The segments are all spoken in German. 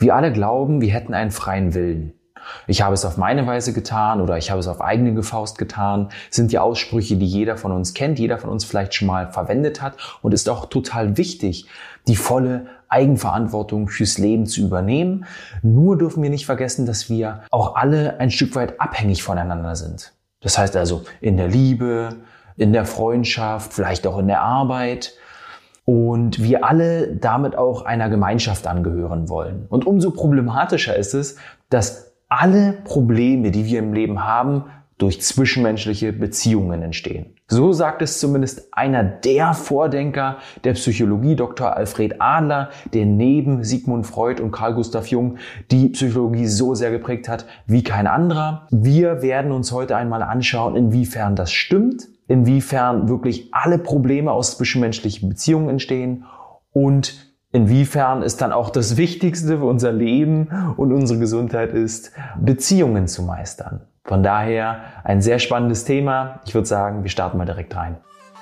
Wir alle glauben, wir hätten einen freien Willen. Ich habe es auf meine Weise getan oder ich habe es auf eigene Faust getan, sind die Aussprüche, die jeder von uns kennt, jeder von uns vielleicht schon mal verwendet hat und ist auch total wichtig, die volle Eigenverantwortung fürs Leben zu übernehmen. Nur dürfen wir nicht vergessen, dass wir auch alle ein Stück weit abhängig voneinander sind. Das heißt also in der Liebe, in der Freundschaft, vielleicht auch in der Arbeit. Und wir alle damit auch einer Gemeinschaft angehören wollen. Und umso problematischer ist es, dass alle Probleme, die wir im Leben haben, durch zwischenmenschliche Beziehungen entstehen. So sagt es zumindest einer der Vordenker der Psychologie, Dr. Alfred Adler, der neben Sigmund Freud und Carl Gustav Jung die Psychologie so sehr geprägt hat wie kein anderer. Wir werden uns heute einmal anschauen, inwiefern das stimmt, inwiefern wirklich alle Probleme aus zwischenmenschlichen Beziehungen entstehen und inwiefern es dann auch das Wichtigste für unser Leben und unsere Gesundheit ist, Beziehungen zu meistern. Von daher ein sehr spannendes Thema. Ich würde sagen, wir starten mal direkt rein.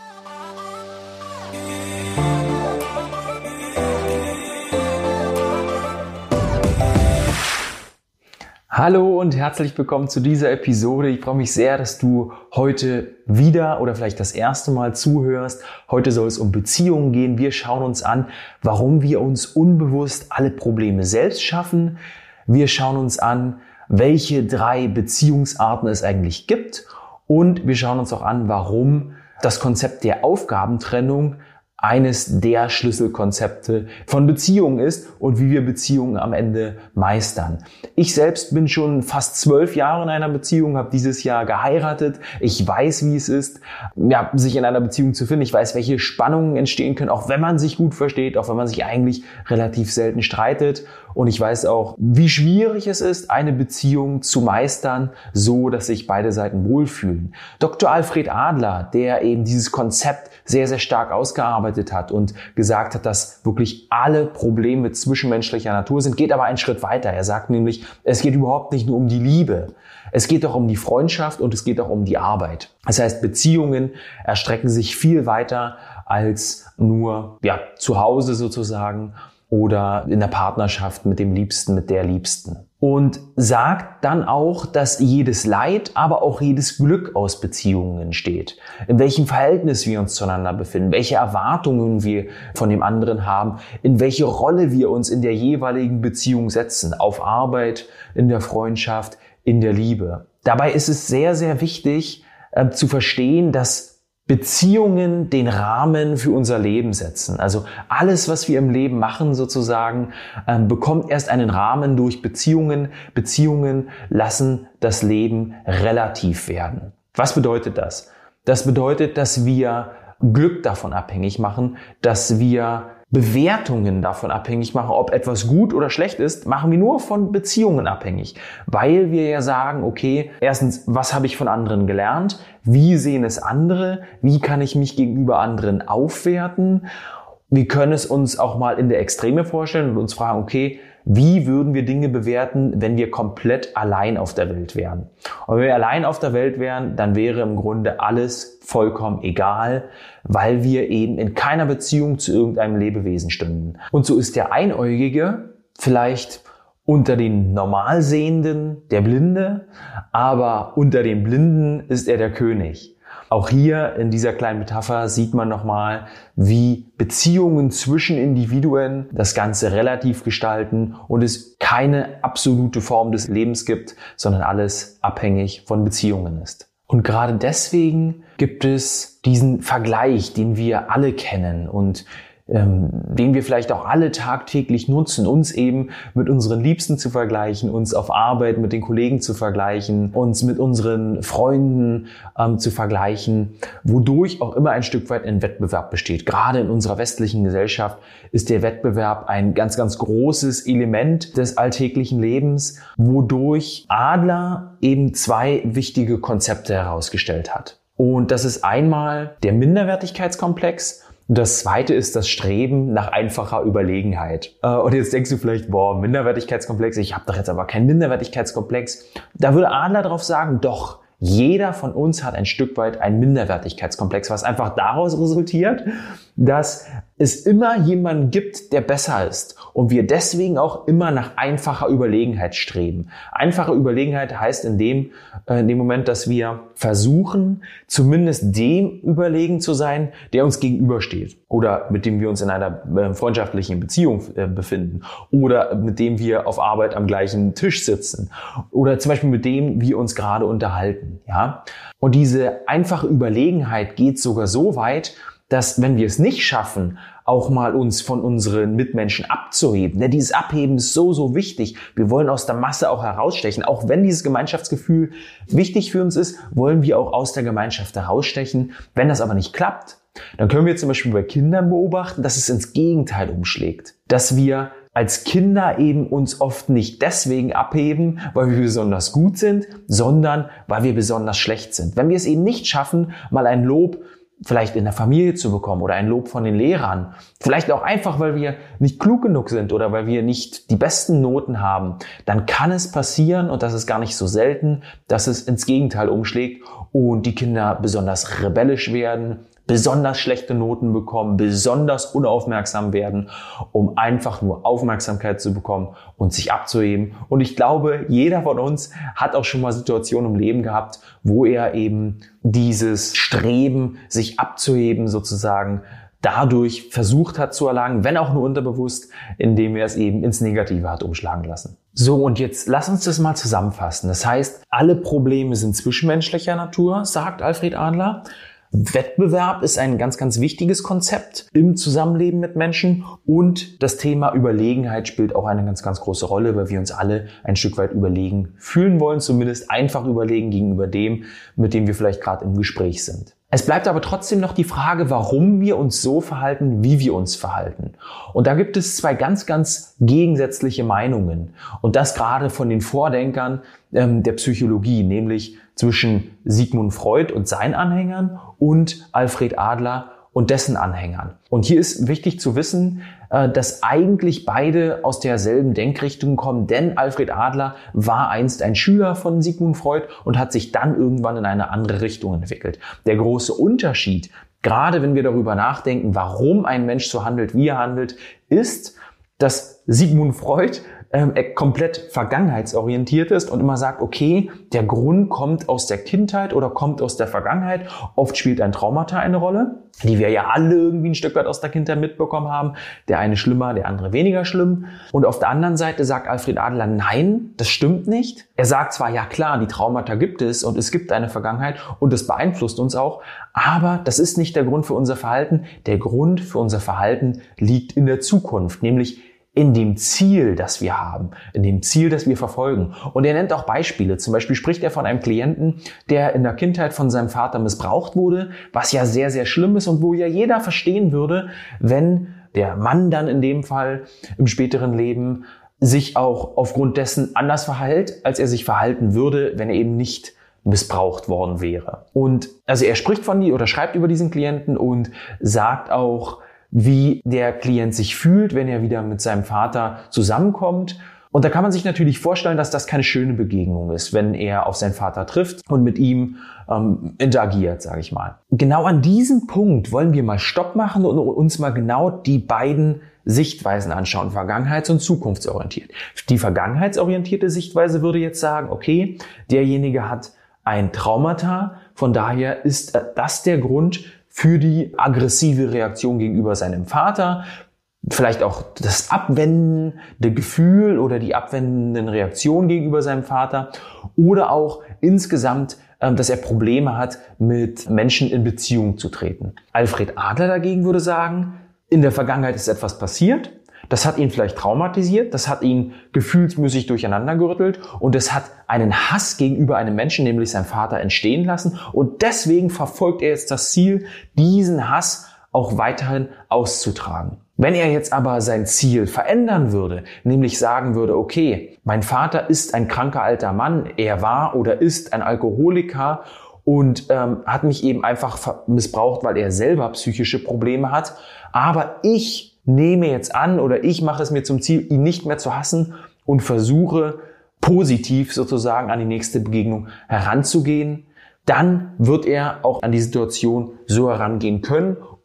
Hallo und herzlich willkommen zu dieser Episode. Ich freue mich sehr, dass du heute wieder oder vielleicht das erste Mal zuhörst. Heute soll es um Beziehungen gehen. Wir schauen uns an, warum wir uns unbewusst alle Probleme selbst schaffen. Wir schauen uns an, welche 3 Beziehungsarten es eigentlich gibt. Und wir schauen uns auch an, warum das Konzept der Aufgabentrennung eines der Schlüsselkonzepte von Beziehungen ist und wie wir Beziehungen am Ende meistern. Ich selbst bin schon fast 12 Jahre in einer Beziehung, habe dieses Jahr geheiratet. Ich weiß, wie es ist, sich in einer Beziehung zu finden. Ich weiß, welche Spannungen entstehen können, auch wenn man sich gut versteht, auch wenn man sich eigentlich relativ selten streitet. Und ich weiß auch, wie schwierig es ist, eine Beziehung zu meistern, so dass sich beide Seiten wohlfühlen. Dr. Alfred Adler, der eben dieses Konzept sehr, sehr stark ausgearbeitet hat und gesagt hat, dass wirklich alle Probleme zwischenmenschlicher Natur sind, geht aber einen Schritt weiter. Er sagt nämlich, es geht überhaupt nicht nur um die Liebe. Es geht auch um die Freundschaft und es geht auch um die Arbeit. Das heißt, Beziehungen erstrecken sich viel weiter als nur zu Hause sozusagen oder in der Partnerschaft mit dem Liebsten, mit der Liebsten. Und sagt dann auch, dass jedes Leid, aber auch jedes Glück aus Beziehungen entsteht. In welchem Verhältnis wir uns zueinander befinden, welche Erwartungen wir von dem anderen haben, in welche Rolle wir uns in der jeweiligen Beziehung setzen, auf Arbeit, in der Freundschaft, in der Liebe. Dabei ist es sehr, sehr wichtig zu verstehen, dass Beziehungen den Rahmen für unser Leben setzen. Also alles, was wir im Leben machen sozusagen, bekommt erst einen Rahmen durch Beziehungen. Beziehungen lassen das Leben relativ werden. Was bedeutet das? Das bedeutet, dass wir Glück davon abhängig machen, dass wir Bewertungen davon abhängig machen, ob etwas gut oder schlecht ist, machen wir nur von Beziehungen abhängig. Weil wir ja sagen, okay, erstens, was habe ich von anderen gelernt? Wie sehen es andere? Wie kann ich mich gegenüber anderen aufwerten? Wir können es uns auch mal in der Extreme vorstellen und uns fragen, okay, wie würden wir Dinge bewerten, wenn wir komplett allein auf der Welt wären? Und wenn wir allein auf der Welt wären, dann wäre im Grunde alles vollkommen egal, weil wir eben in keiner Beziehung zu irgendeinem Lebewesen stünden. Und so ist der Einäugige vielleicht unter den Normalsehenden der Blinde, aber unter den Blinden ist er der König. Auch hier in dieser kleinen Metapher sieht man nochmal, wie Beziehungen zwischen Individuen das Ganze relativ gestalten und es keine absolute Form des Lebens gibt, sondern alles abhängig von Beziehungen ist. Und gerade deswegen gibt es diesen Vergleich, den wir alle kennen und den wir vielleicht auch alle tagtäglich nutzen, uns eben mit unseren Liebsten zu vergleichen, uns auf Arbeit mit den Kollegen zu vergleichen, uns mit unseren Freunden zu vergleichen, wodurch auch immer ein Stück weit ein Wettbewerb besteht. Gerade in unserer westlichen Gesellschaft ist der Wettbewerb ein ganz, ganz großes Element des alltäglichen Lebens, wodurch Adler eben 2 wichtige Konzepte herausgestellt hat. Und das ist einmal der Minderwertigkeitskomplex. Und das zweite ist das Streben nach einfacher Überlegenheit. Und jetzt denkst du vielleicht, Minderwertigkeitskomplex, ich habe doch jetzt aber keinen Minderwertigkeitskomplex. Da würde Adler darauf sagen, doch, jeder von uns hat ein Stück weit einen Minderwertigkeitskomplex, was einfach daraus resultiert, dass es immer jemanden gibt, der besser ist und wir deswegen auch immer nach einfacher Überlegenheit streben. Einfache Überlegenheit heißt in dem Moment, dass wir versuchen, zumindest dem überlegen zu sein, der uns gegenübersteht oder mit dem wir uns in einer freundschaftlichen Beziehung befinden oder mit dem wir auf Arbeit am gleichen Tisch sitzen oder zum Beispiel mit dem wir uns gerade unterhalten. Ja? Und diese einfache Überlegenheit geht sogar so weit, dass, wenn wir es nicht schaffen, auch mal uns von unseren Mitmenschen abzuheben. Ja, dieses Abheben ist so, so wichtig. Wir wollen aus der Masse auch herausstechen. Auch wenn dieses Gemeinschaftsgefühl wichtig für uns ist, wollen wir auch aus der Gemeinschaft herausstechen. Wenn das aber nicht klappt, dann können wir zum Beispiel bei Kindern beobachten, dass es ins Gegenteil umschlägt. Dass wir als Kinder eben uns oft nicht deswegen abheben, weil wir besonders gut sind, sondern weil wir besonders schlecht sind. Wenn wir es eben nicht schaffen, mal ein Lob vielleicht in der Familie zu bekommen oder ein Lob von den Lehrern. Vielleicht auch einfach, weil wir nicht klug genug sind oder weil wir nicht die besten Noten haben. Dann kann es passieren, und das ist gar nicht so selten, dass es ins Gegenteil umschlägt und die Kinder besonders rebellisch werden, besonders schlechte Noten bekommen, besonders unaufmerksam werden, um einfach nur Aufmerksamkeit zu bekommen und sich abzuheben. Und ich glaube, jeder von uns hat auch schon mal Situationen im Leben gehabt, wo er eben dieses Streben, sich abzuheben sozusagen, dadurch versucht hat zu erlangen, wenn auch nur unterbewusst, indem er es eben ins Negative hat umschlagen lassen. So, und jetzt lass uns das mal zusammenfassen. Das heißt, alle Probleme sind zwischenmenschlicher Natur, sagt Alfred Adler. Wettbewerb ist ein ganz, ganz wichtiges Konzept im Zusammenleben mit Menschen und das Thema Überlegenheit spielt auch eine ganz, ganz große Rolle, weil wir uns alle ein Stück weit überlegen fühlen wollen, zumindest einfach überlegen gegenüber dem, mit dem wir vielleicht gerade im Gespräch sind. Es bleibt aber trotzdem noch die Frage, warum wir uns so verhalten, wie wir uns verhalten. Und da gibt es zwei ganz, ganz gegensätzliche Meinungen. Und das gerade von den Vordenkern der Psychologie, nämlich zwischen Sigmund Freud und seinen Anhängern und Alfred Adler und dessen Anhängern. Und hier ist wichtig zu wissen, dass eigentlich beide aus derselben Denkrichtung kommen, denn Alfred Adler war einst ein Schüler von Sigmund Freud und hat sich dann irgendwann in eine andere Richtung entwickelt. Der große Unterschied, gerade wenn wir darüber nachdenken, warum ein Mensch so handelt, wie er handelt, ist, dass Sigmund Freud komplett vergangenheitsorientiert ist und immer sagt, okay, der Grund kommt aus der Kindheit oder kommt aus der Vergangenheit. Oft spielt ein Traumata eine Rolle, die wir ja alle irgendwie ein Stück weit aus der Kindheit mitbekommen haben. Der eine schlimmer, der andere weniger schlimm. Und auf der anderen Seite sagt Alfred Adler, nein, das stimmt nicht. Er sagt zwar, ja klar, die Traumata gibt es und es gibt eine Vergangenheit und es beeinflusst uns auch, aber das ist nicht der Grund für unser Verhalten. Der Grund für unser Verhalten liegt in der Zukunft, nämlich in dem Ziel, das wir haben, in dem Ziel, das wir verfolgen. Und er nennt auch Beispiele. Zum Beispiel spricht er von einem Klienten, der in der Kindheit von seinem Vater missbraucht wurde, was ja sehr, sehr schlimm ist und wo ja jeder verstehen würde, wenn der Mann dann in dem Fall im späteren Leben sich auch aufgrund dessen anders verhält, als er sich verhalten würde, wenn er eben nicht missbraucht worden wäre. Und also er spricht von die oder schreibt über diesen Klienten und sagt auch, wie der Klient sich fühlt, wenn er wieder mit seinem Vater zusammenkommt. Und da kann man sich natürlich vorstellen, dass das keine schöne Begegnung ist, wenn er auf seinen Vater trifft und mit ihm interagiert, sage ich mal. Genau an diesem Punkt wollen wir mal Stopp machen und uns mal genau die beiden Sichtweisen anschauen, vergangenheits- und zukunftsorientiert. Die vergangenheitsorientierte Sichtweise würde jetzt sagen, okay, derjenige hat ein Traumata, von daher ist das der Grund für die aggressive Reaktion gegenüber seinem Vater, vielleicht auch das abwendende Gefühl oder die abwendenden Reaktionen gegenüber seinem Vater oder auch insgesamt, dass er Probleme hat, mit Menschen in Beziehung zu treten. Alfred Adler dagegen würde sagen, in der Vergangenheit ist etwas passiert, das hat ihn vielleicht traumatisiert, das hat ihn gefühlsmäßig durcheinandergerüttelt und es hat einen Hass gegenüber einem Menschen, nämlich seinem Vater, entstehen lassen und deswegen verfolgt er jetzt das Ziel, diesen Hass auch weiterhin auszutragen. Wenn er jetzt aber sein Ziel verändern würde, nämlich sagen würde, okay, mein Vater ist ein kranker alter Mann, er war oder ist ein Alkoholiker und hat mich eben einfach missbraucht, weil er selber psychische Probleme hat, aber ich nehme jetzt an oder ich mache es mir zum Ziel, ihn nicht mehr zu hassen und versuche positiv sozusagen an die nächste Begegnung heranzugehen, dann wird er auch an die Situation so herangehen können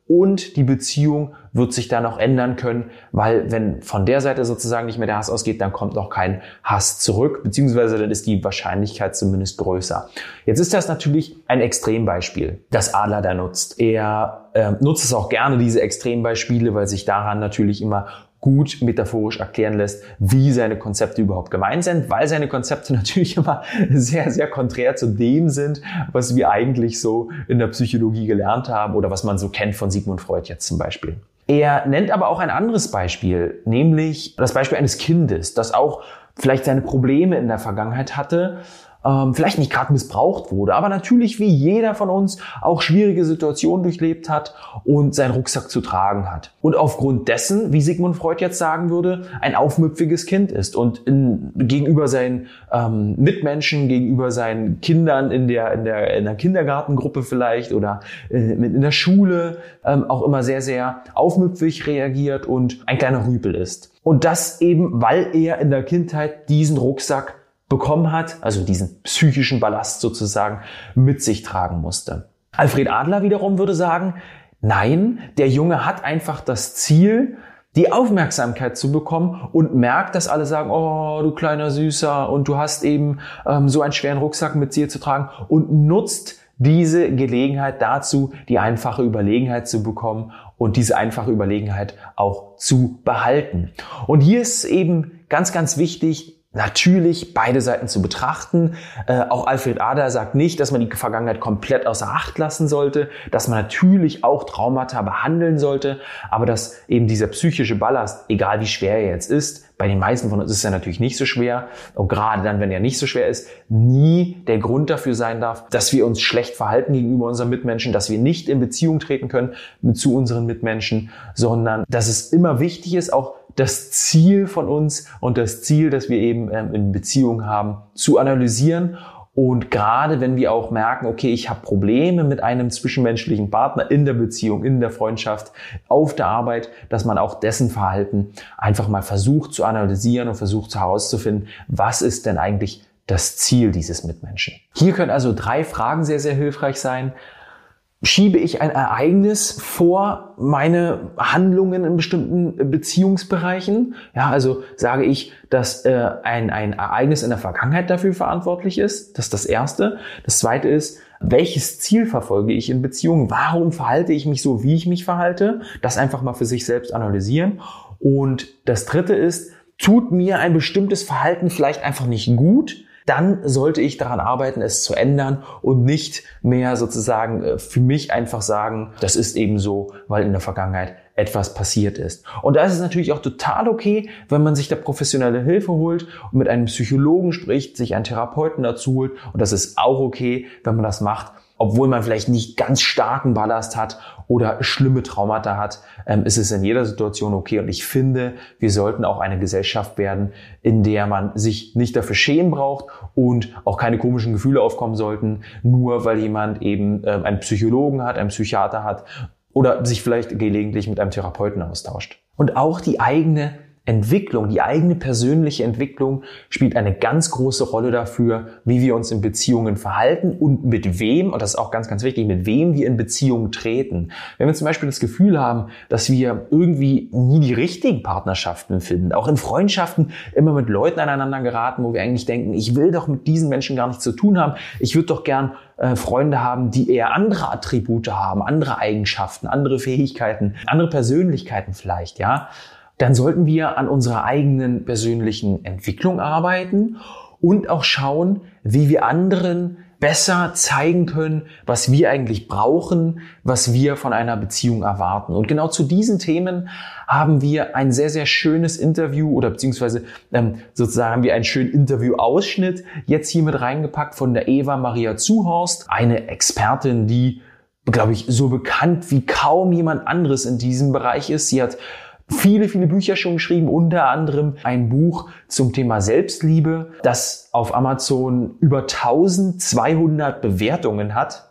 und die Beziehung wird sich dann auch ändern können, weil wenn von der Seite sozusagen nicht mehr der Hass ausgeht, dann kommt noch kein Hass zurück, beziehungsweise dann ist die Wahrscheinlichkeit zumindest größer. Jetzt ist das natürlich ein Extrembeispiel, das Adler da nutzt. Er nutzt es auch gerne, diese Extrembeispiele, weil sich daran natürlich immer gut metaphorisch erklären lässt, wie seine Konzepte überhaupt gemeint sind, weil seine Konzepte natürlich immer sehr, sehr konträr zu dem sind, was wir eigentlich so in der Psychologie gelernt haben oder was man so kennt von Sigmund Freud jetzt zum Beispiel. Er nennt aber auch ein anderes Beispiel, nämlich das Beispiel eines Kindes, das auch vielleicht seine Probleme in der Vergangenheit hatte, vielleicht nicht gerade missbraucht wurde, aber natürlich wie jeder von uns auch schwierige Situationen durchlebt hat und seinen Rucksack zu tragen hat. Und aufgrund dessen, wie Sigmund Freud jetzt sagen würde, ein aufmüpfiges Kind ist und gegenüber seinen Mitmenschen, gegenüber seinen Kindern in der Kindergartengruppe vielleicht oder in der Schule auch immer sehr, sehr aufmüpfig reagiert und ein kleiner Rüpel ist. Und das eben, weil er in der Kindheit diesen Rucksack bekommen hat, also diesen psychischen Ballast sozusagen mit sich tragen musste. Alfred Adler wiederum würde sagen, nein, der Junge hat einfach das Ziel, die Aufmerksamkeit zu bekommen und merkt, dass alle sagen, oh, du kleiner Süßer und du hast eben so einen schweren Rucksack mit dir zu tragen und nutzt diese Gelegenheit dazu, die einfache Überlegenheit zu bekommen und diese einfache Überlegenheit auch zu behalten. Und hier ist eben ganz, ganz wichtig, natürlich beide Seiten zu betrachten. Auch Alfred Adler sagt nicht, dass man die Vergangenheit komplett außer Acht lassen sollte, dass man natürlich auch Traumata behandeln sollte, aber dass eben dieser psychische Ballast, egal wie schwer er jetzt ist, bei den meisten von uns ist er natürlich nicht so schwer und gerade dann, wenn er nicht so schwer ist, nie der Grund dafür sein darf, dass wir uns schlecht verhalten gegenüber unseren Mitmenschen, dass wir nicht in Beziehung treten können zu unseren Mitmenschen, sondern dass es immer wichtig ist, auch das Ziel von uns und das Ziel, das wir eben in Beziehung haben, zu analysieren. Und gerade wenn wir auch merken, okay, ich habe Probleme mit einem zwischenmenschlichen Partner in der Beziehung, in der Freundschaft, auf der Arbeit, dass man auch dessen Verhalten einfach mal versucht zu analysieren und versucht herauszufinden, was ist denn eigentlich das Ziel dieses Mitmenschen. Hier können also 3 Fragen sehr, sehr hilfreich sein. Schiebe ich ein Ereignis vor meine Handlungen in bestimmten Beziehungsbereichen? Ja, also sage ich, dass ein Ereignis in der Vergangenheit dafür verantwortlich ist. Das ist das Erste. Das Zweite ist, welches Ziel verfolge ich in Beziehungen? Warum verhalte ich mich so, wie ich mich verhalte? Das einfach mal für sich selbst analysieren. Und das Dritte ist, tut mir ein bestimmtes Verhalten vielleicht einfach nicht gut? Dann sollte ich daran arbeiten, es zu ändern und nicht mehr sozusagen für mich einfach sagen, das ist eben so, weil in der Vergangenheit etwas passiert ist. Und da ist es natürlich auch total okay, wenn man sich da professionelle Hilfe holt und mit einem Psychologen spricht, sich einen Therapeuten dazu holt. Und das ist auch okay, wenn man das macht, obwohl man vielleicht nicht ganz starken Ballast hat oder schlimme Traumata hat, ist es in jeder Situation okay. Und ich finde, wir sollten auch eine Gesellschaft werden, in der man sich nicht dafür schämen braucht und auch keine komischen Gefühle aufkommen sollten, nur weil jemand eben einen Psychologen hat, einen Psychiater hat oder sich vielleicht gelegentlich mit einem Therapeuten austauscht. Und auch die eigene Entwicklung, die eigene persönliche Entwicklung spielt eine ganz große Rolle dafür, wie wir uns in Beziehungen verhalten und mit wem, und das ist auch ganz, ganz wichtig, mit wem wir in Beziehungen treten. Wenn wir zum Beispiel das Gefühl haben, dass wir irgendwie nie die richtigen Partnerschaften finden, auch in Freundschaften immer mit Leuten aneinander geraten, wo wir eigentlich denken, ich will doch mit diesen Menschen gar nichts zu tun haben, ich würde doch gern Freunde haben, die eher andere Attribute haben, andere Eigenschaften, andere Fähigkeiten, andere Persönlichkeiten vielleicht, ja, dann sollten wir an unserer eigenen persönlichen Entwicklung arbeiten und auch schauen, wie wir anderen besser zeigen können, was wir eigentlich brauchen, was wir von einer Beziehung erwarten. Und genau zu diesen Themen haben wir ein sehr, sehr schönes Interview oder beziehungsweise sozusagen haben wir einen schönen Interviewausschnitt jetzt hier mit reingepackt von der Eva Maria Zuhorst, eine Expertin, die, glaube ich, so bekannt wie kaum jemand anderes in diesem Bereich ist. Sie hat viele, viele Bücher schon geschrieben, unter anderem ein Buch zum Thema Selbstliebe, das auf Amazon über 1200 Bewertungen hat.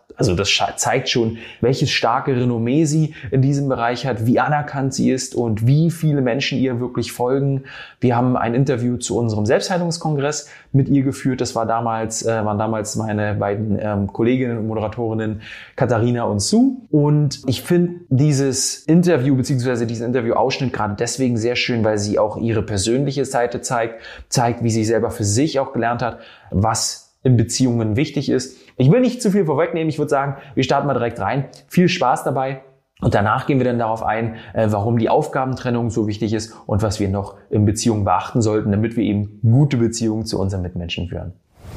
Also das zeigt schon, welches starke Renommee sie in diesem Bereich hat, wie anerkannt sie ist und wie viele Menschen ihr wirklich folgen. Wir haben ein Interview zu unserem Selbstheilungskongress mit ihr geführt. Das waren damals meine beiden Kolleginnen und Moderatorinnen Katharina und Sue. Und ich finde dieses Interview bzw. diesen Interviewausschnitt gerade deswegen sehr schön, weil sie auch ihre persönliche Seite zeigt, wie sie selber für sich auch gelernt hat, was in Beziehungen wichtig ist. Ich will nicht zu viel vorwegnehmen. Ich würde sagen, wir starten mal direkt rein. Viel Spaß dabei. Und danach gehen wir dann darauf ein, warum die Aufgabentrennung so wichtig ist und was wir noch in Beziehungen beachten sollten, damit wir eben gute Beziehungen zu unseren Mitmenschen führen.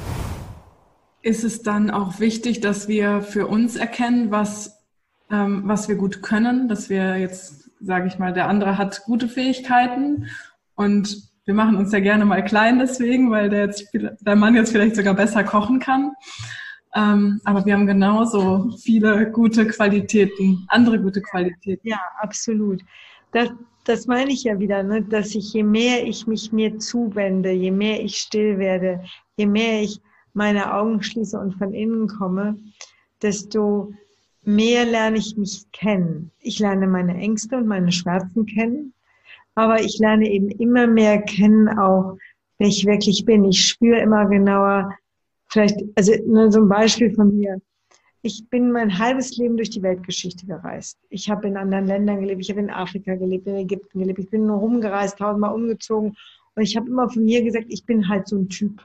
Ist es dann auch wichtig, dass wir für uns erkennen, was wir gut können, dass wir jetzt, sage ich mal, der andere hat gute Fähigkeiten und wir machen uns ja gerne mal klein deswegen, weil der Mann jetzt vielleicht sogar besser kochen kann. Aber wir haben genauso viele gute Qualitäten, andere gute Qualitäten. Ja, absolut. Das meine ich ja wieder, ne? Dass je mehr ich mich mir zuwende, je mehr ich still werde, je mehr ich meine Augen schließe und von innen komme, desto mehr lerne ich mich kennen. Ich lerne meine Ängste und meine Schmerzen kennen. Aber ich lerne eben immer mehr kennen auch, wer ich wirklich bin. Ich spüre immer genauer, vielleicht, also so ein Beispiel von mir. Ich bin mein halbes Leben durch die Weltgeschichte gereist. Ich habe in anderen Ländern gelebt, ich habe in Afrika gelebt, in Ägypten gelebt, ich bin nur rumgereist, 1000-mal umgezogen. Und ich habe immer von mir gesagt, ich bin halt so ein Typ.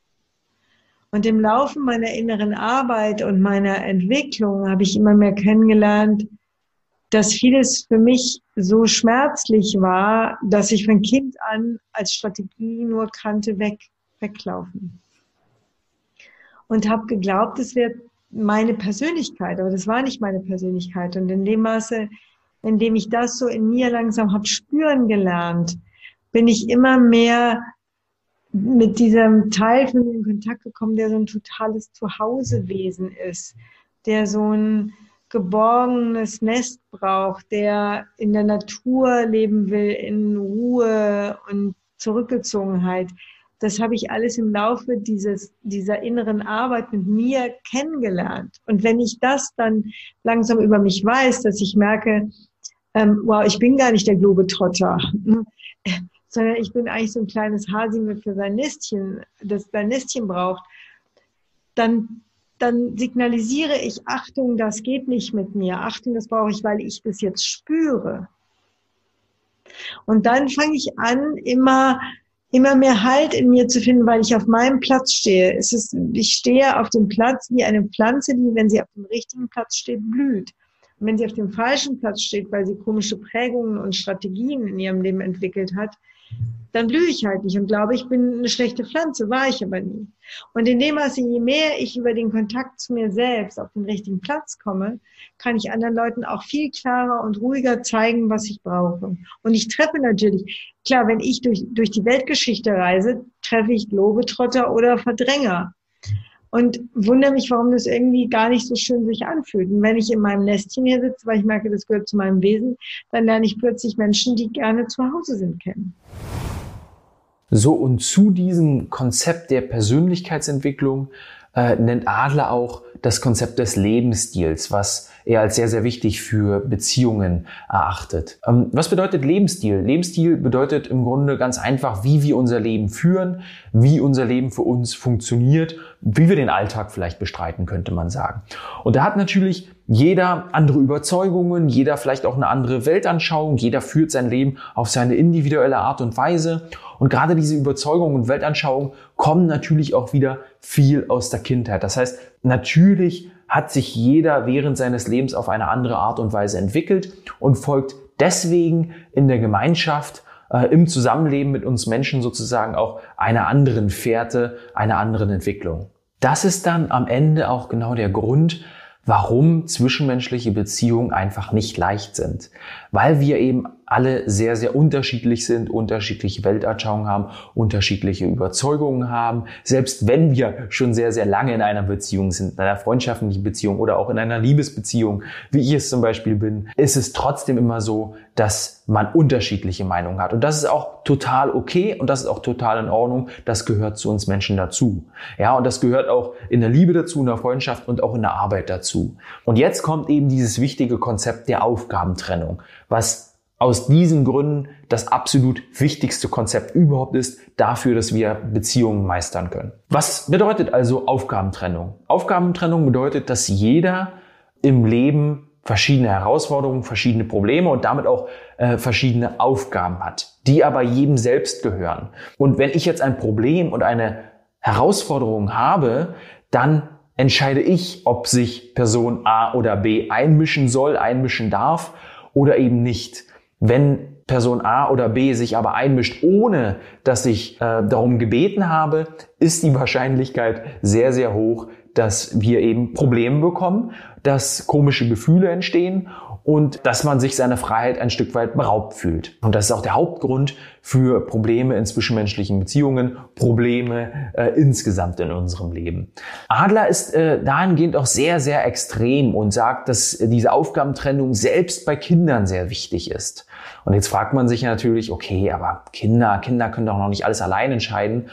Und im Laufe meiner inneren Arbeit und meiner Entwicklung habe ich immer mehr kennengelernt, dass vieles für mich so schmerzlich war, dass ich von Kind an als Strategie nur kannte, weglaufen. Und habe geglaubt, es wäre meine Persönlichkeit, aber das war nicht meine Persönlichkeit. Und in dem Maße, in dem ich das so in mir langsam habe spüren gelernt, bin ich immer mehr mit diesem Teil von mir in Kontakt gekommen, der so ein totales Zuhausewesen ist, der so ein geborgenes Nest braucht, der in der Natur leben will, in Ruhe und Zurückgezogenheit. Das habe ich alles im Laufe dieser inneren Arbeit mit mir kennengelernt. Und wenn ich das dann langsam über mich weiß, dass ich merke, wow, ich bin gar nicht der Globetrotter, sondern ich bin eigentlich so ein kleines Hasi für sein Nestchen, das sein Nestchen braucht, dann signalisiere ich, Achtung, das geht nicht mit mir. Achtung, das brauche ich, weil ich das jetzt spüre. Und dann fange ich an, immer mehr Halt in mir zu finden, weil ich auf meinem Platz stehe. Ich stehe auf dem Platz wie eine Pflanze, die, wenn sie auf dem richtigen Platz steht, blüht. Und wenn sie auf dem falschen Platz steht, weil sie komische Prägungen und Strategien in ihrem Leben entwickelt hat, dann blühe ich halt nicht und glaube, ich bin eine schlechte Pflanze, war ich aber nie. Und in dem Maße, je mehr ich über den Kontakt zu mir selbst auf den richtigen Platz komme, kann ich anderen Leuten auch viel klarer und ruhiger zeigen, was ich brauche. Und ich treffe natürlich, klar, wenn ich durch die Weltgeschichte reise, treffe ich Globetrotter oder Verdränger. Und wundere mich, warum das irgendwie gar nicht so schön sich anfühlt. Und wenn ich in meinem Nestchen hier sitze, weil ich merke, das gehört zu meinem Wesen, dann lerne ich plötzlich Menschen, die gerne zu Hause sind, kennen. So, und zu diesem Konzept der Persönlichkeitsentwicklung nennt Adler auch das Konzept des Lebensstils, was er als sehr, sehr wichtig für Beziehungen erachtet. Was bedeutet Lebensstil? Lebensstil bedeutet im Grunde ganz einfach, wie wir unser Leben führen, wie unser Leben für uns funktioniert, wie wir den Alltag vielleicht bestreiten, könnte man sagen. Und da hat natürlich jeder andere Überzeugungen, jeder vielleicht auch eine andere Weltanschauung, jeder führt sein Leben auf seine individuelle Art und Weise. Und gerade diese Überzeugungen und Weltanschauungen kommen natürlich auch wieder viel aus der Kindheit. Das heißt, natürlich hat sich jeder während seines Lebens auf eine andere Art und Weise entwickelt und folgt deswegen in der Gemeinschaft, im Zusammenleben mit uns Menschen sozusagen auch einer anderen Fährte, einer anderen Entwicklung. Das ist dann am Ende auch genau der Grund, warum zwischenmenschliche Beziehungen einfach nicht leicht sind. weil wir eben alle sehr, sehr unterschiedlich sind, unterschiedliche Weltanschauungen haben, unterschiedliche Überzeugungen haben. Selbst wenn wir schon sehr, sehr lange in einer Beziehung sind, in einer freundschaftlichen Beziehung oder auch in einer Liebesbeziehung, wie ich es zum Beispiel bin, ist es trotzdem immer so, dass man unterschiedliche Meinungen hat. Und das ist auch total okay und das ist auch total in Ordnung. Das gehört zu uns Menschen dazu. Ja, und das gehört auch in der Liebe dazu, in der Freundschaft und auch in der Arbeit dazu. Und jetzt kommt eben dieses wichtige Konzept der Aufgabentrennung, was aus diesen Gründen das absolut wichtigste Konzept überhaupt ist dafür, dass wir Beziehungen meistern können. Was bedeutet also Aufgabentrennung? Aufgabentrennung bedeutet, dass jeder im Leben verschiedene Herausforderungen, verschiedene Probleme und damit auch verschiedene Aufgaben hat, die aber jedem selbst gehören. Und wenn ich jetzt ein Problem und eine Herausforderung habe, dann entscheide ich, ob sich Person A oder B einmischen soll, einmischen darf oder eben nicht. Wenn Person A oder B sich aber einmischt, ohne dass ich darum gebeten habe, ist die Wahrscheinlichkeit sehr, sehr hoch, dass wir eben Probleme bekommen, dass komische Gefühle entstehen und dass man sich seiner Freiheit ein Stück weit beraubt fühlt. Und das ist auch der Hauptgrund für Probleme in zwischenmenschlichen Beziehungen, Probleme insgesamt in unserem Leben. Adler ist dahingehend auch sehr, sehr extrem und sagt, dass diese Aufgabentrennung selbst bei Kindern sehr wichtig ist. Und jetzt fragt man sich natürlich, okay, aber Kinder können doch noch nicht alles allein entscheiden.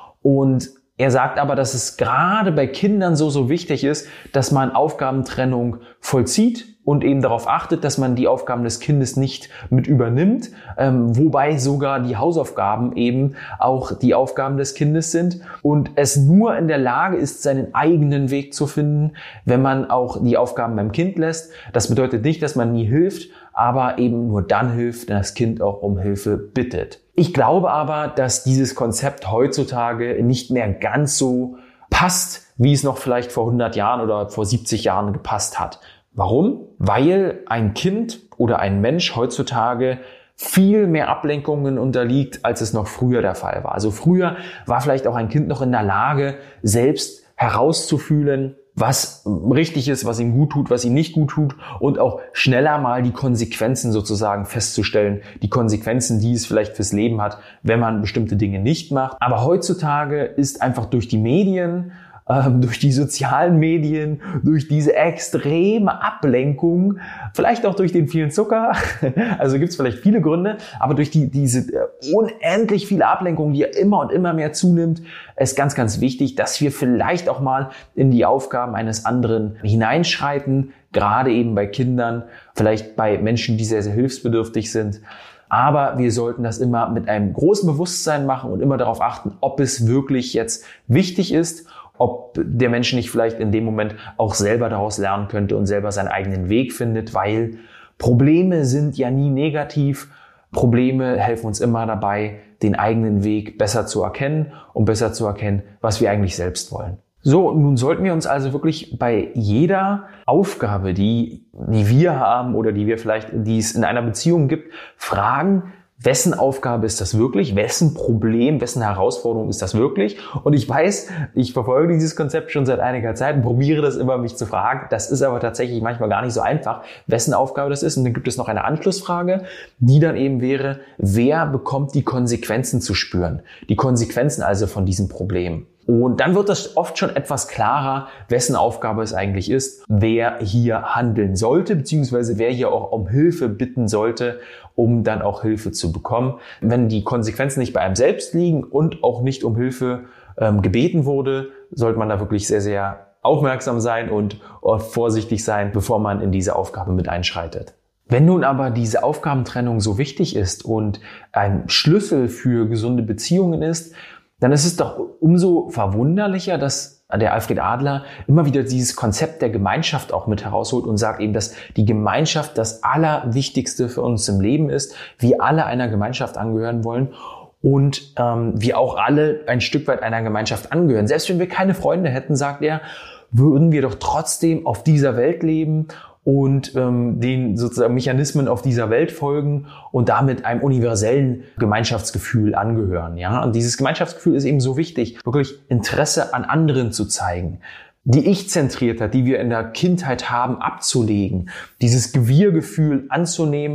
Und er sagt aber, dass es gerade bei Kindern so wichtig ist, dass man Aufgabentrennung vollzieht und eben darauf achtet, dass man die Aufgaben des Kindes nicht mit übernimmt, wobei sogar die Hausaufgaben eben auch die Aufgaben des Kindes sind und es nur in der Lage ist, seinen eigenen Weg zu finden, wenn man auch die Aufgaben beim Kind lässt. Das bedeutet nicht, dass man nie hilft, aber eben nur dann hilft, wenn das Kind auch um Hilfe bittet. Ich glaube aber, dass dieses Konzept heutzutage nicht mehr ganz so passt, wie es noch vielleicht vor 100 Jahren oder vor 70 Jahren gepasst hat. Warum? Weil ein Kind oder ein Mensch heutzutage viel mehr Ablenkungen unterliegt, als es noch früher der Fall war. Also früher war vielleicht auch ein Kind noch in der Lage, selbst herauszufühlen, was richtig ist, was ihm gut tut, was ihm nicht gut tut und auch schneller mal die Konsequenzen sozusagen festzustellen, die Konsequenzen, die es vielleicht fürs Leben hat, wenn man bestimmte Dinge nicht macht. Aber heutzutage ist einfach durch die Medien, durch die sozialen Medien, durch diese extreme Ablenkung, vielleicht auch durch den vielen Zucker, also gibt es vielleicht viele Gründe, aber durch diese unendlich viele Ablenkung, die ja immer und immer mehr zunimmt, ist ganz, ganz wichtig, dass wir vielleicht auch mal in die Aufgaben eines anderen hineinschreiten, gerade eben bei Kindern, vielleicht bei Menschen, die sehr, sehr hilfsbedürftig sind. Aber wir sollten das immer mit einem großen Bewusstsein machen und immer darauf achten, ob es wirklich jetzt wichtig ist, ob der Mensch nicht vielleicht in dem Moment auch selber daraus lernen könnte und selber seinen eigenen Weg findet, weil Probleme sind ja nie negativ. Probleme helfen uns immer dabei, den eigenen Weg besser zu erkennen und besser zu erkennen, was wir eigentlich selbst wollen. So, nun sollten wir uns also wirklich bei jeder Aufgabe, die wir haben oder die es in einer Beziehung gibt, fragen, wessen Aufgabe ist das wirklich? Wessen Problem, wessen Herausforderung ist das wirklich? Und ich weiß, ich verfolge dieses Konzept schon seit einiger Zeit und probiere das immer, mich zu fragen. Das ist aber tatsächlich manchmal gar nicht so einfach, wessen Aufgabe das ist. Und dann gibt es noch eine Anschlussfrage, die dann eben wäre, wer bekommt die Konsequenzen zu spüren? Die Konsequenzen also von diesem Problem. Und dann wird das oft schon etwas klarer, wessen Aufgabe es eigentlich ist, wer hier handeln sollte, beziehungsweise wer hier auch um Hilfe bitten sollte, um dann auch Hilfe zu bekommen. Wenn die Konsequenzen nicht bei einem selbst liegen und auch nicht um Hilfe gebeten wurde, sollte man da wirklich sehr, sehr aufmerksam sein und vorsichtig sein, bevor man in diese Aufgabe mit einschreitet. Wenn nun aber diese Aufgabentrennung so wichtig ist und ein Schlüssel für gesunde Beziehungen ist, dann ist es doch umso verwunderlicher, dass der Alfred Adler immer wieder dieses Konzept der Gemeinschaft auch mit herausholt und sagt eben, dass die Gemeinschaft das Allerwichtigste für uns im Leben ist. Wir alle einer Gemeinschaft angehören wollen und wir auch alle ein Stück weit einer Gemeinschaft angehören. Selbst wenn wir keine Freunde hätten, sagt er, würden wir doch trotzdem auf dieser Welt leben und den sozusagen Mechanismen auf dieser Welt folgen und damit einem universellen Gemeinschaftsgefühl angehören. Ja, und dieses Gemeinschaftsgefühl ist eben so wichtig, wirklich Interesse an anderen zu zeigen, die Ich-Zentriertheit, die wir in der Kindheit haben, abzulegen, dieses Wir-Gefühl anzunehmen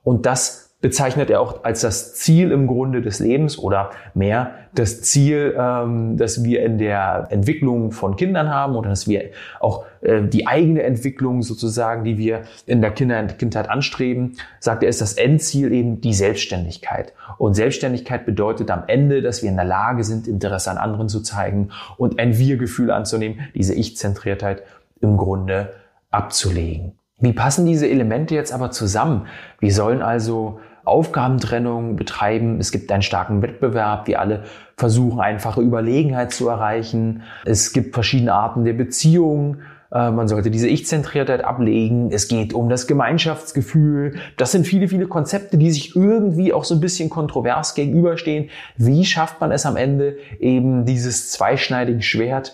Und das bezeichnet er auch als das Ziel im Grunde des Lebens oder mehr das Ziel, das wir in der Entwicklung von Kindern haben oder dass wir auch die eigene Entwicklung sozusagen, die wir in der Kindheit anstreben, sagt er, ist das Endziel eben die Selbstständigkeit. Und Selbstständigkeit bedeutet am Ende, dass wir in der Lage sind, Interesse an anderen zu zeigen und ein Wir-Gefühl anzunehmen, diese Ich-Zentriertheit im Grunde abzulegen. Wie passen diese Elemente jetzt aber zusammen? Wir sollen also Aufgabentrennung betreiben. Es gibt einen starken Wettbewerb. Wir alle versuchen, einfache Überlegenheit zu erreichen. Es gibt verschiedene Arten der Beziehung. Man sollte diese Ich-Zentriertheit ablegen. Es geht um das Gemeinschaftsgefühl. Das sind viele, viele Konzepte, die sich irgendwie auch so ein bisschen kontrovers gegenüberstehen. Wie schafft man es am Ende, eben dieses zweischneidige Schwert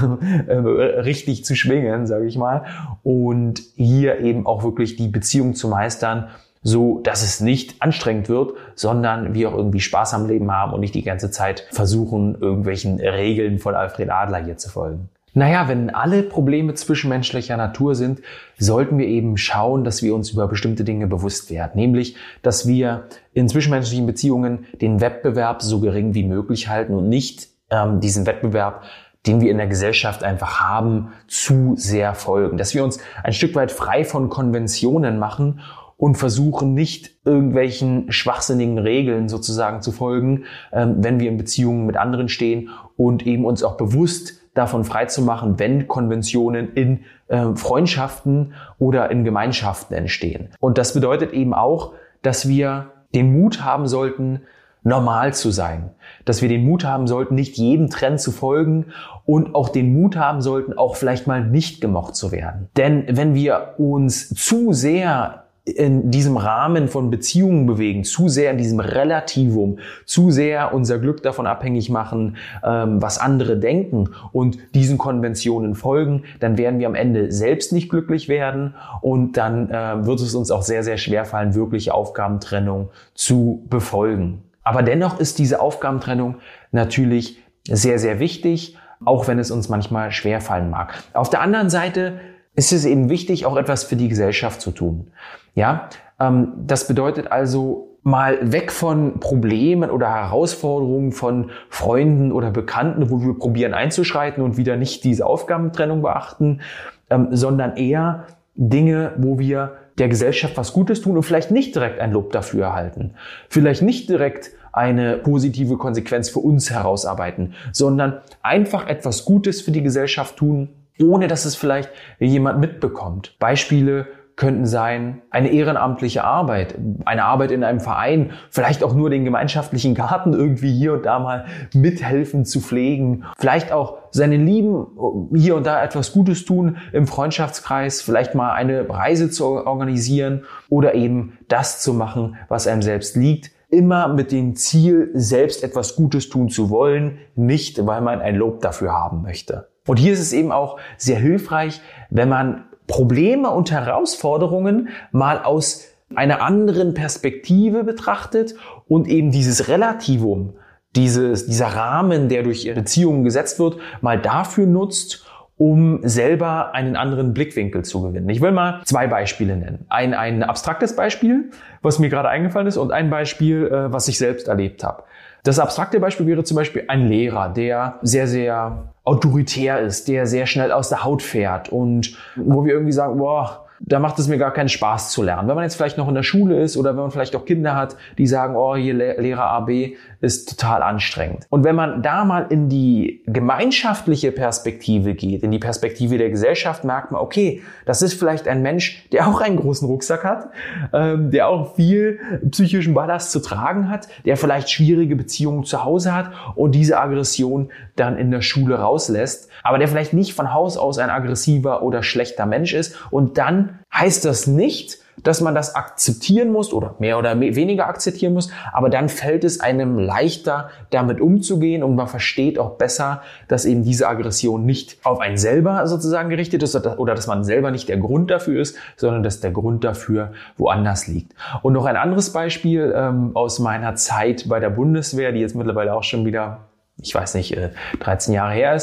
richtig zu schwingen, sage ich mal, und hier eben auch wirklich die Beziehung zu meistern, so dass es nicht anstrengend wird, sondern wir auch irgendwie Spaß am Leben haben und nicht die ganze Zeit versuchen, irgendwelchen Regeln von Alfred Adler hier zu folgen. Naja, wenn alle Probleme zwischenmenschlicher Natur sind, sollten wir eben schauen, dass wir uns über bestimmte Dinge bewusst werden. Nämlich, dass wir in zwischenmenschlichen Beziehungen den Wettbewerb so gering wie möglich halten und nicht diesen Wettbewerb, den wir in der Gesellschaft einfach haben, zu sehr folgen. Dass wir uns ein Stück weit frei von Konventionen machen und versuchen nicht irgendwelchen schwachsinnigen Regeln sozusagen zu folgen, wenn wir in Beziehungen mit anderen stehen und eben uns auch bewusst davon frei zu machen, wenn Konventionen in Freundschaften oder in Gemeinschaften entstehen. Und das bedeutet eben auch, dass wir den Mut haben sollten, normal zu sein. Dass wir den Mut haben sollten, nicht jedem Trend zu folgen und auch den Mut haben sollten, auch vielleicht mal nicht gemocht zu werden. Denn wenn wir uns zu sehr in diesem Rahmen von Beziehungen bewegen, zu sehr in diesem Relativum, zu sehr unser Glück davon abhängig machen, was andere denken und diesen Konventionen folgen, dann werden wir am Ende selbst nicht glücklich werden und dann wird es uns auch sehr, sehr schwer fallen, wirkliche Aufgabentrennung zu befolgen. Aber dennoch ist diese Aufgabentrennung natürlich sehr, sehr wichtig, auch wenn es uns manchmal schwerfallen mag. Auf der anderen Seite ist es eben wichtig, auch etwas für die Gesellschaft zu tun. Ja, das bedeutet also mal weg von Problemen oder Herausforderungen von Freunden oder Bekannten, wo wir probieren einzuschreiten und wieder nicht diese Aufgabentrennung beachten, sondern eher Dinge, wo wir der Gesellschaft was Gutes tun und vielleicht nicht direkt ein Lob dafür erhalten. Vielleicht nicht direkt eine positive Konsequenz für uns herausarbeiten, sondern einfach etwas Gutes für die Gesellschaft tun, ohne dass es vielleicht jemand mitbekommt. Beispiele könnten sein, eine ehrenamtliche Arbeit, eine Arbeit in einem Verein, vielleicht auch nur den gemeinschaftlichen Garten irgendwie hier und da mal mithelfen zu pflegen, vielleicht auch seinen Lieben hier und da etwas Gutes tun im Freundschaftskreis, vielleicht mal eine Reise zu organisieren oder eben das zu machen, was einem selbst liegt, immer mit dem Ziel, selbst etwas Gutes tun zu wollen, nicht weil man ein Lob dafür haben möchte. Und hier ist es eben auch sehr hilfreich, wenn man Probleme und Herausforderungen mal aus einer anderen Perspektive betrachtet und eben dieses Relativum, dieser Rahmen, der durch Beziehungen gesetzt wird, mal dafür nutzt, um selber einen anderen Blickwinkel zu gewinnen. Ich will mal 2 Beispiele nennen. Ein abstraktes Beispiel, was mir gerade eingefallen ist, und ein Beispiel, was ich selbst erlebt habe. Das abstrakte Beispiel wäre zum Beispiel ein Lehrer, der sehr, sehr autoritär ist, der sehr schnell aus der Haut fährt und wo wir irgendwie sagen, boah, da macht es mir gar keinen Spaß zu lernen. Wenn man jetzt vielleicht noch in der Schule ist oder wenn man vielleicht auch Kinder hat, die sagen, oh, hier Lehrer AB ist total anstrengend. Und wenn man da mal in die gemeinschaftliche Perspektive geht, in die Perspektive der Gesellschaft, merkt man, okay, das ist vielleicht ein Mensch, der auch einen großen Rucksack hat, der auch viel psychischen Ballast zu tragen hat, der vielleicht schwierige Beziehungen zu Hause hat und diese Aggression dann in der Schule rauslässt, aber der vielleicht nicht von Haus aus ein aggressiver oder schlechter Mensch ist. Und dann heißt das nicht, dass man das akzeptieren muss oder mehr oder weniger akzeptieren muss, aber dann fällt es einem leichter, damit umzugehen und man versteht auch besser, dass eben diese Aggression nicht auf einen selber sozusagen gerichtet ist oder dass man selber nicht der Grund dafür ist, sondern dass der Grund dafür woanders liegt. Und noch ein anderes Beispiel aus meiner Zeit bei der Bundeswehr, die jetzt mittlerweile auch schon wieder, ich weiß nicht, 13 Jahre her ist.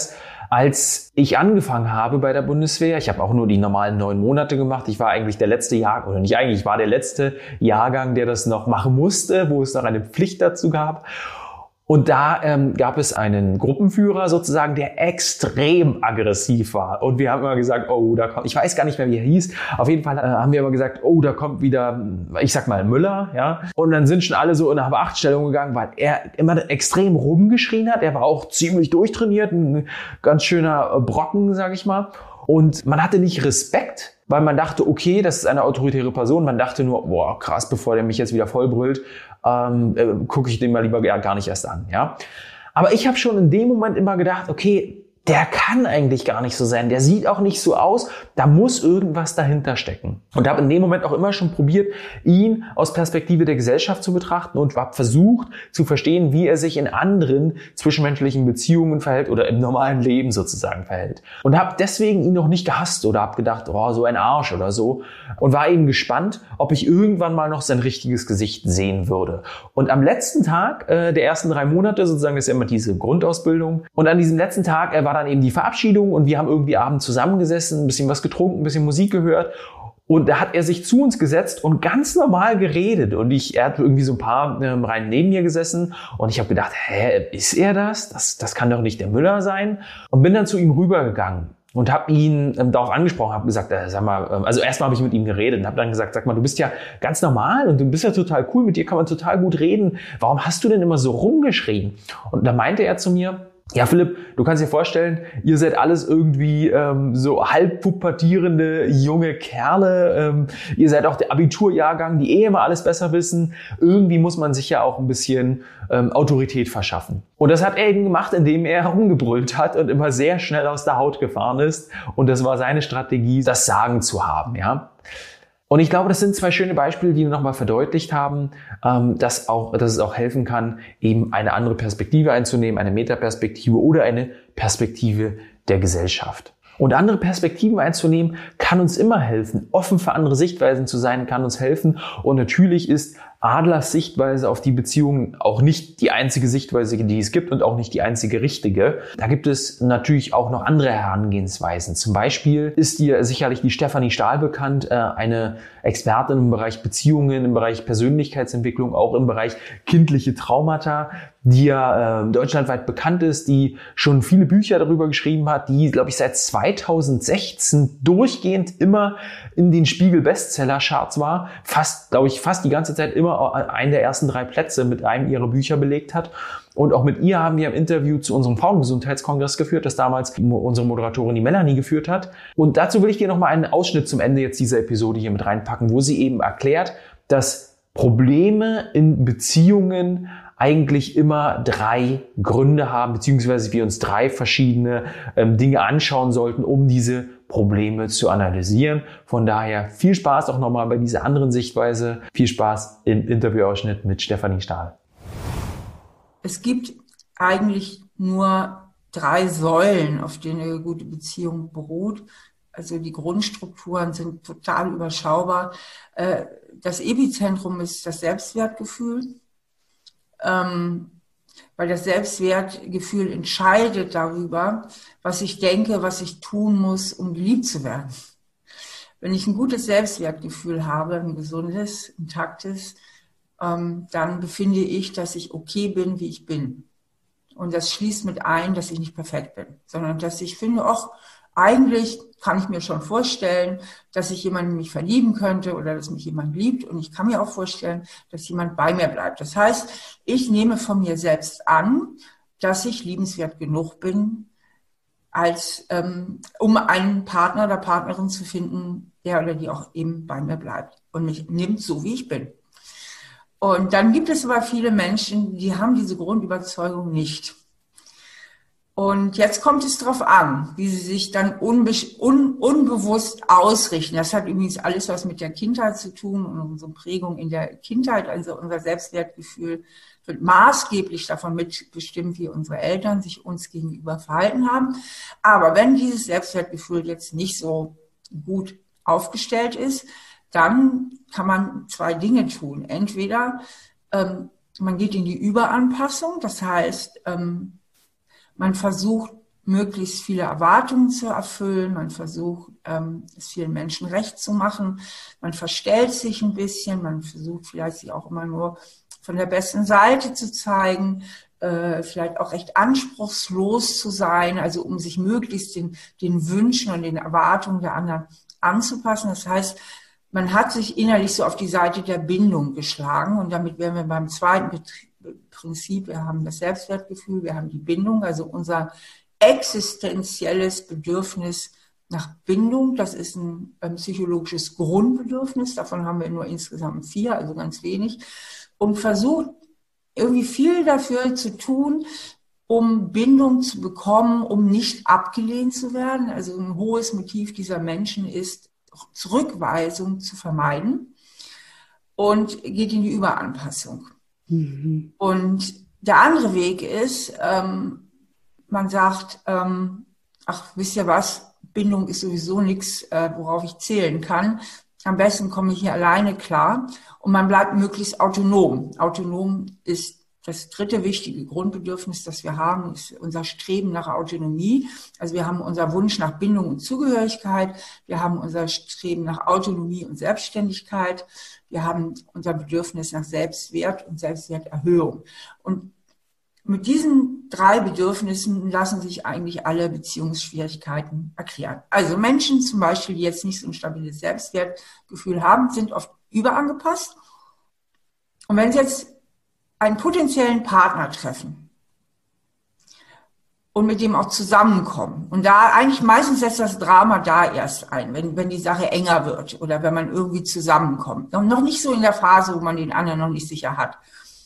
Als ich angefangen habe bei der Bundeswehr, ich habe auch nur die normalen 9 Monate gemacht, ich war eigentlich der letzte Jahrgang, oder nicht eigentlich, ich war der letzte Jahrgang, der das noch machen musste, wo es noch eine Pflicht dazu gab. Und da gab es einen Gruppenführer sozusagen, der extrem aggressiv war. Und wir haben immer gesagt, oh, da kommt, ich weiß gar nicht mehr, wie er hieß. Auf jeden Fall haben wir immer gesagt, oh, da kommt wieder, ich sag mal, Müller, ja. Und dann sind schon alle so in eine Achtstellung gegangen, weil er immer extrem rumgeschrien hat. Er war auch ziemlich durchtrainiert, ein ganz schöner Brocken, sag ich mal. Und man hatte nicht Respekt, weil man dachte, okay, das ist eine autoritäre Person. Man dachte nur, boah, krass, bevor der mich jetzt wieder vollbrüllt, gucke ich den mal lieber gar nicht erst an. Ja? Aber ich habe schon in dem Moment immer gedacht, okay, der kann eigentlich gar nicht so sein. Der sieht auch nicht so aus. Da muss irgendwas dahinter stecken. Und habe in dem Moment auch immer schon probiert, ihn aus Perspektive der Gesellschaft zu betrachten und habe versucht zu verstehen, wie er sich in anderen zwischenmenschlichen Beziehungen verhält oder im normalen Leben sozusagen verhält. Und habe deswegen ihn noch nicht gehasst oder habe gedacht, oh, so ein Arsch oder so. Und war eben gespannt, ob ich irgendwann mal noch sein richtiges Gesicht sehen würde. Und am letzten Tag der ersten 3 Monate, sozusagen, das ist ja immer diese Grundausbildung. Und an diesem letzten Tag war dann eben die Verabschiedung und wir haben irgendwie abends zusammengesessen, ein bisschen was getrunken, ein bisschen Musik gehört und da hat er sich zu uns gesetzt und ganz normal geredet und er hat irgendwie so ein paar Reihen neben mir gesessen und ich habe gedacht, ist er das? Das kann doch nicht der Müller sein und bin dann zu ihm rübergegangen und habe ihn darauf angesprochen, habe gesagt, sag mal, also erstmal habe ich mit ihm geredet und habe dann gesagt, sag mal, du bist ja ganz normal und du bist ja total cool, mit dir kann man total gut reden, warum hast du denn immer so rumgeschrien? Und da meinte er zu mir, ja, Philipp, du kannst dir vorstellen, ihr seid alles irgendwie so halb pubertierende junge Kerle. Ihr seid auch der Abiturjahrgang, die immer alles besser wissen. Irgendwie muss man sich ja auch ein bisschen Autorität verschaffen. Und das hat er eben gemacht, indem er herumgebrüllt hat und immer sehr schnell aus der Haut gefahren ist. Und das war seine Strategie, das Sagen zu haben, ja. Und ich glaube, das sind 2 schöne Beispiele, die nochmal verdeutlicht haben, dass es auch helfen kann, eben eine andere Perspektive einzunehmen, eine Metaperspektive oder eine Perspektive der Gesellschaft. Und andere Perspektiven einzunehmen, kann uns immer helfen. Offen für andere Sichtweisen zu sein, kann uns helfen. Und natürlich ist Adlers Sichtweise auf die Beziehungen auch nicht die einzige Sichtweise, die es gibt und auch nicht die einzige richtige. Da gibt es natürlich auch noch andere Herangehensweisen. Zum Beispiel ist dir sicherlich die Stefanie Stahl bekannt, eine Expertin im Bereich Beziehungen, im Bereich Persönlichkeitsentwicklung, auch im Bereich kindliche Traumata, die ja deutschlandweit bekannt ist, die schon viele Bücher darüber geschrieben hat, die, glaube ich, seit 2016 durchgehend immer in den Spiegel-Bestseller-Charts war, fast die ganze Zeit immer einen der ersten 3 Plätze mit einem ihrer Bücher belegt hat. Und auch mit ihr haben wir ein Interview zu unserem Frauengesundheitskongress geführt, das damals unsere Moderatorin, die Melanie, geführt hat. Und dazu will ich dir nochmal einen Ausschnitt zum Ende jetzt dieser Episode hier mit reinpacken, wo sie eben erklärt, dass Probleme in Beziehungen eigentlich immer 3 Gründe haben, beziehungsweise wir uns 3 verschiedene Dinge anschauen sollten, um diese Probleme zu analysieren. Von daher viel Spaß auch nochmal bei dieser anderen Sichtweise. Viel Spaß im Interviewausschnitt mit Stefanie Stahl. Es gibt eigentlich nur 3 Säulen, auf denen eine gute Beziehung beruht. Also die Grundstrukturen sind total überschaubar. Das Epizentrum ist das Selbstwertgefühl. Weil das Selbstwertgefühl entscheidet darüber, was ich denke, was ich tun muss, um geliebt zu werden. Wenn ich ein gutes Selbstwertgefühl habe, ein gesundes, intaktes, dann befinde ich, dass ich okay bin, wie ich bin. Und das schließt mit ein, dass ich nicht perfekt bin, sondern dass ich finde, eigentlich kann ich mir schon vorstellen, dass ich jemanden mich verlieben könnte oder dass mich jemand liebt. Und ich kann mir auch vorstellen, dass jemand bei mir bleibt. Das heißt, ich nehme von mir selbst an, dass ich liebenswert genug bin, um einen Partner oder Partnerin zu finden, der oder die auch eben bei mir bleibt und mich nimmt, so wie ich bin. Und dann gibt es aber viele Menschen, die haben diese Grundüberzeugung nicht. Und jetzt kommt es darauf an, wie sie sich dann unbewusst ausrichten. Das hat übrigens alles was mit der Kindheit zu tun und unsere Prägung in der Kindheit. Also unser Selbstwertgefühl wird maßgeblich davon mitbestimmt, wie unsere Eltern sich uns gegenüber verhalten haben. Aber wenn dieses Selbstwertgefühl jetzt nicht so gut aufgestellt ist, dann kann man 2 Dinge tun. Entweder man geht in die Überanpassung, das heißt, man versucht, möglichst viele Erwartungen zu erfüllen. Man versucht, es vielen Menschen recht zu machen. Man verstellt sich ein bisschen. Man versucht vielleicht sich auch immer nur von der besten Seite zu zeigen. Vielleicht auch recht anspruchslos zu sein, also um sich möglichst den Wünschen und den Erwartungen der anderen anzupassen. Das heißt, man hat sich innerlich so auf die Seite der Bindung geschlagen und damit wären wir beim zweiten Prinzip. Wir haben das Selbstwertgefühl, wir haben die Bindung, also unser existenzielles Bedürfnis nach Bindung. Das ist ein psychologisches Grundbedürfnis, davon haben wir nur insgesamt 4, also ganz wenig, und versucht irgendwie viel dafür zu tun, um Bindung zu bekommen, um nicht abgelehnt zu werden. Also ein hohes Motiv dieser Menschen ist, Zurückweisung zu vermeiden und geht in die Überanpassung. Mhm. Und der andere Weg ist, man sagt, ach, wisst ihr was, Bindung ist sowieso nichts, worauf ich zählen kann. Am besten komme ich hier alleine klar und man bleibt möglichst autonom. Autonom ist das dritte wichtige Grundbedürfnis, das wir haben, ist unser Streben nach Autonomie. Also wir haben unser Wunsch nach Bindung und Zugehörigkeit. Wir haben unser Streben nach Autonomie und Selbstständigkeit. Wir haben unser Bedürfnis nach Selbstwert und Selbstwerterhöhung. Und mit diesen 3 Bedürfnissen lassen sich eigentlich alle Beziehungsschwierigkeiten erklären. Also Menschen zum Beispiel, die jetzt nicht so ein stabiles Selbstwertgefühl haben, sind oft überangepasst. Und wenn sie jetzt einen potenziellen Partner treffen und mit dem auch zusammenkommen, und da eigentlich meistens setzt das Drama da erst ein, wenn die Sache enger wird oder wenn man irgendwie zusammenkommt. Noch nicht so in der Phase, wo man den anderen noch nicht sicher hat.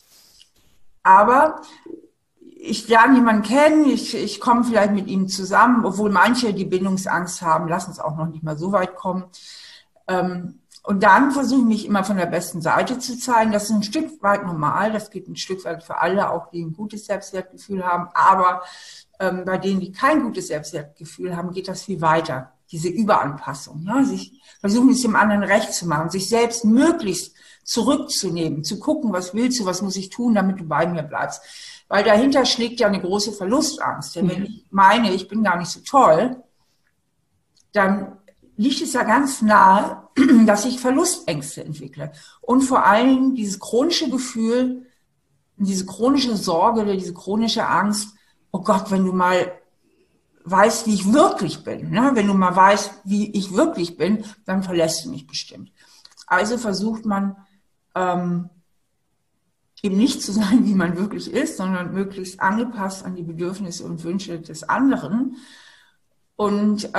Aber ich lerne jemanden kennen, ich komme vielleicht mit ihm zusammen, obwohl manche, die Bindungsangst haben, lassen es auch noch nicht mal so weit kommen. Und dann versuche ich mich immer von der besten Seite zu zeigen. Das ist ein Stück weit normal, das geht ein Stück weit für alle, auch die ein gutes Selbstwertgefühl haben. Aber bei denen, die kein gutes Selbstwertgefühl haben, geht das viel weiter, diese Überanpassung. Ne? Sich versuchen, es dem anderen recht zu machen, sich selbst möglichst zurückzunehmen, zu gucken, was willst du, was muss ich tun, damit du bei mir bleibst. Weil dahinter schlägt ja eine große Verlustangst. Denn wenn ich meine, ich bin gar nicht so toll, dann liegt es ja ganz nahe, dass ich Verlustängste entwickle. Und vor allen Dingen dieses chronische Gefühl, diese chronische Sorge oder diese chronische Angst, oh Gott, wenn du mal weißt, wie ich wirklich bin, ne? Wenn du mal weißt, wie ich wirklich bin, dann verlässt du mich bestimmt. Also versucht man eben nicht zu sein, wie man wirklich ist, sondern möglichst angepasst an die Bedürfnisse und Wünsche des anderen. Und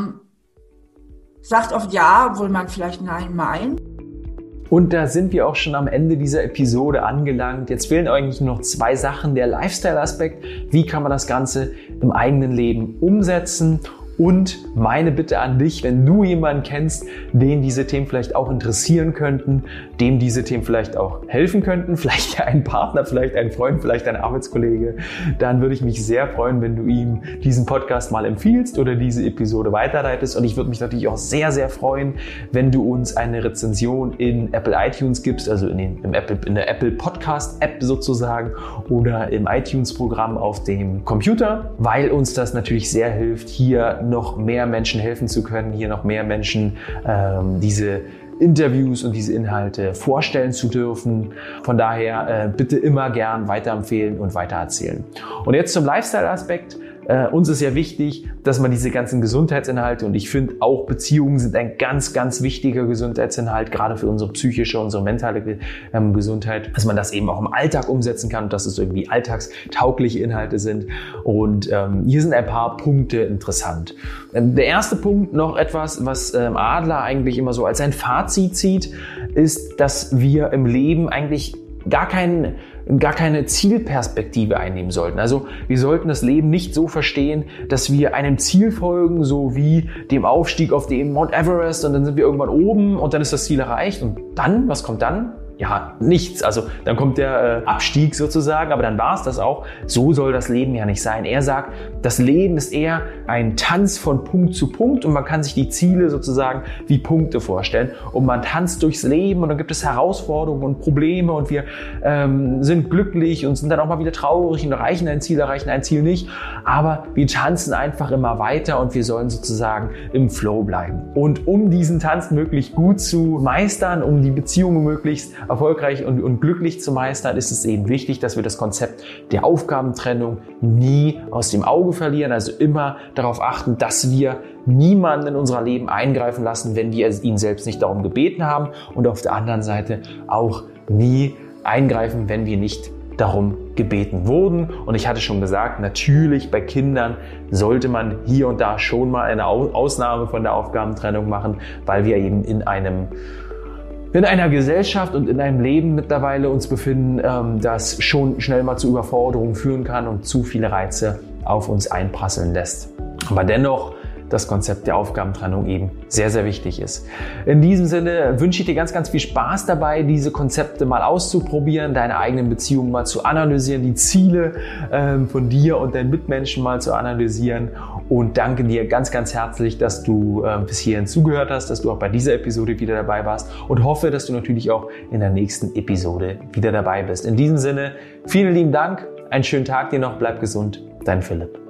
sagt oft ja, obwohl man vielleicht nein meint. Und da sind wir auch schon am Ende dieser Episode angelangt. Jetzt fehlen eigentlich nur noch 2 Sachen. Der Lifestyle-Aspekt. Wie kann man das Ganze im eigenen Leben umsetzen? Und meine Bitte an dich, wenn du jemanden kennst, den diese Themen vielleicht auch interessieren könnten, dem diese Themen vielleicht auch helfen könnten, vielleicht ein Partner, vielleicht ein Freund, vielleicht ein Arbeitskollege, dann würde ich mich sehr freuen, wenn du ihm diesen Podcast mal empfiehlst oder diese Episode weiterleitest. Und ich würde mich natürlich auch sehr, sehr freuen, wenn du uns eine Rezension in Apple iTunes gibst, also in der Apple Podcast App sozusagen oder im iTunes-Programm auf dem Computer, weil uns das natürlich sehr hilft, hier noch mehr Menschen helfen zu können, hier noch mehr Menschen diese Interviews und diese Inhalte vorstellen zu dürfen. Von daher bitte immer gern weiterempfehlen und weitererzählen. Und jetzt zum Lifestyle-Aspekt. Uns ist ja wichtig, dass man diese ganzen Gesundheitsinhalte, und ich finde auch Beziehungen sind ein ganz, ganz wichtiger Gesundheitsinhalt, gerade für unsere psychische, unsere mentale Gesundheit, dass man das eben auch im Alltag umsetzen kann und dass es irgendwie alltagstaugliche Inhalte sind. Und hier sind ein paar Punkte interessant. Der erste Punkt, noch etwas, was Adler eigentlich immer so als ein Fazit zieht, ist, dass wir im Leben eigentlich gar keine Zielperspektive einnehmen sollten. Also wir sollten das Leben nicht so verstehen, dass wir einem Ziel folgen, so wie dem Aufstieg auf den Mount Everest, und dann sind wir irgendwann oben und dann ist das Ziel erreicht und dann, was kommt dann? nichts. Also dann kommt der Abstieg sozusagen, aber dann war es das auch. So soll das Leben ja nicht sein. Er sagt, das Leben ist eher ein Tanz von Punkt zu Punkt und man kann sich die Ziele sozusagen wie Punkte vorstellen. Und man tanzt durchs Leben und dann gibt es Herausforderungen und Probleme und wir sind glücklich und sind dann auch mal wieder traurig und erreichen ein Ziel nicht. Aber wir tanzen einfach immer weiter und wir sollen sozusagen im Flow bleiben. Und um diesen Tanz möglichst gut zu meistern, um die Beziehungen möglichst erfolgreich und glücklich zu meistern, ist es eben wichtig, dass wir das Konzept der Aufgabentrennung nie aus dem Auge verlieren. Also immer darauf achten, dass wir niemanden in unser Leben eingreifen lassen, wenn wir ihn selbst nicht darum gebeten haben. Und auf der anderen Seite auch nie eingreifen, wenn wir nicht darum gebeten wurden. Und ich hatte schon gesagt, natürlich bei Kindern sollte man hier und da schon mal eine Ausnahme von der Aufgabentrennung machen, weil wir eben in einer Gesellschaft und in einem Leben mittlerweile uns befinden, das schon schnell mal zu Überforderungen führen kann und zu viele Reize auf uns einprasseln lässt. Aber dennoch das Konzept der Aufgabentrennung eben sehr, sehr wichtig ist. In diesem Sinne wünsche ich dir ganz, ganz viel Spaß dabei, diese Konzepte mal auszuprobieren, deine eigenen Beziehungen mal zu analysieren, die Ziele von dir und deinen Mitmenschen mal zu analysieren und danke dir ganz, ganz herzlich, dass du bis hierhin zugehört hast, dass du auch bei dieser Episode wieder dabei warst und hoffe, dass du natürlich auch in der nächsten Episode wieder dabei bist. In diesem Sinne, vielen lieben Dank, einen schönen Tag dir noch, bleib gesund, dein Philipp.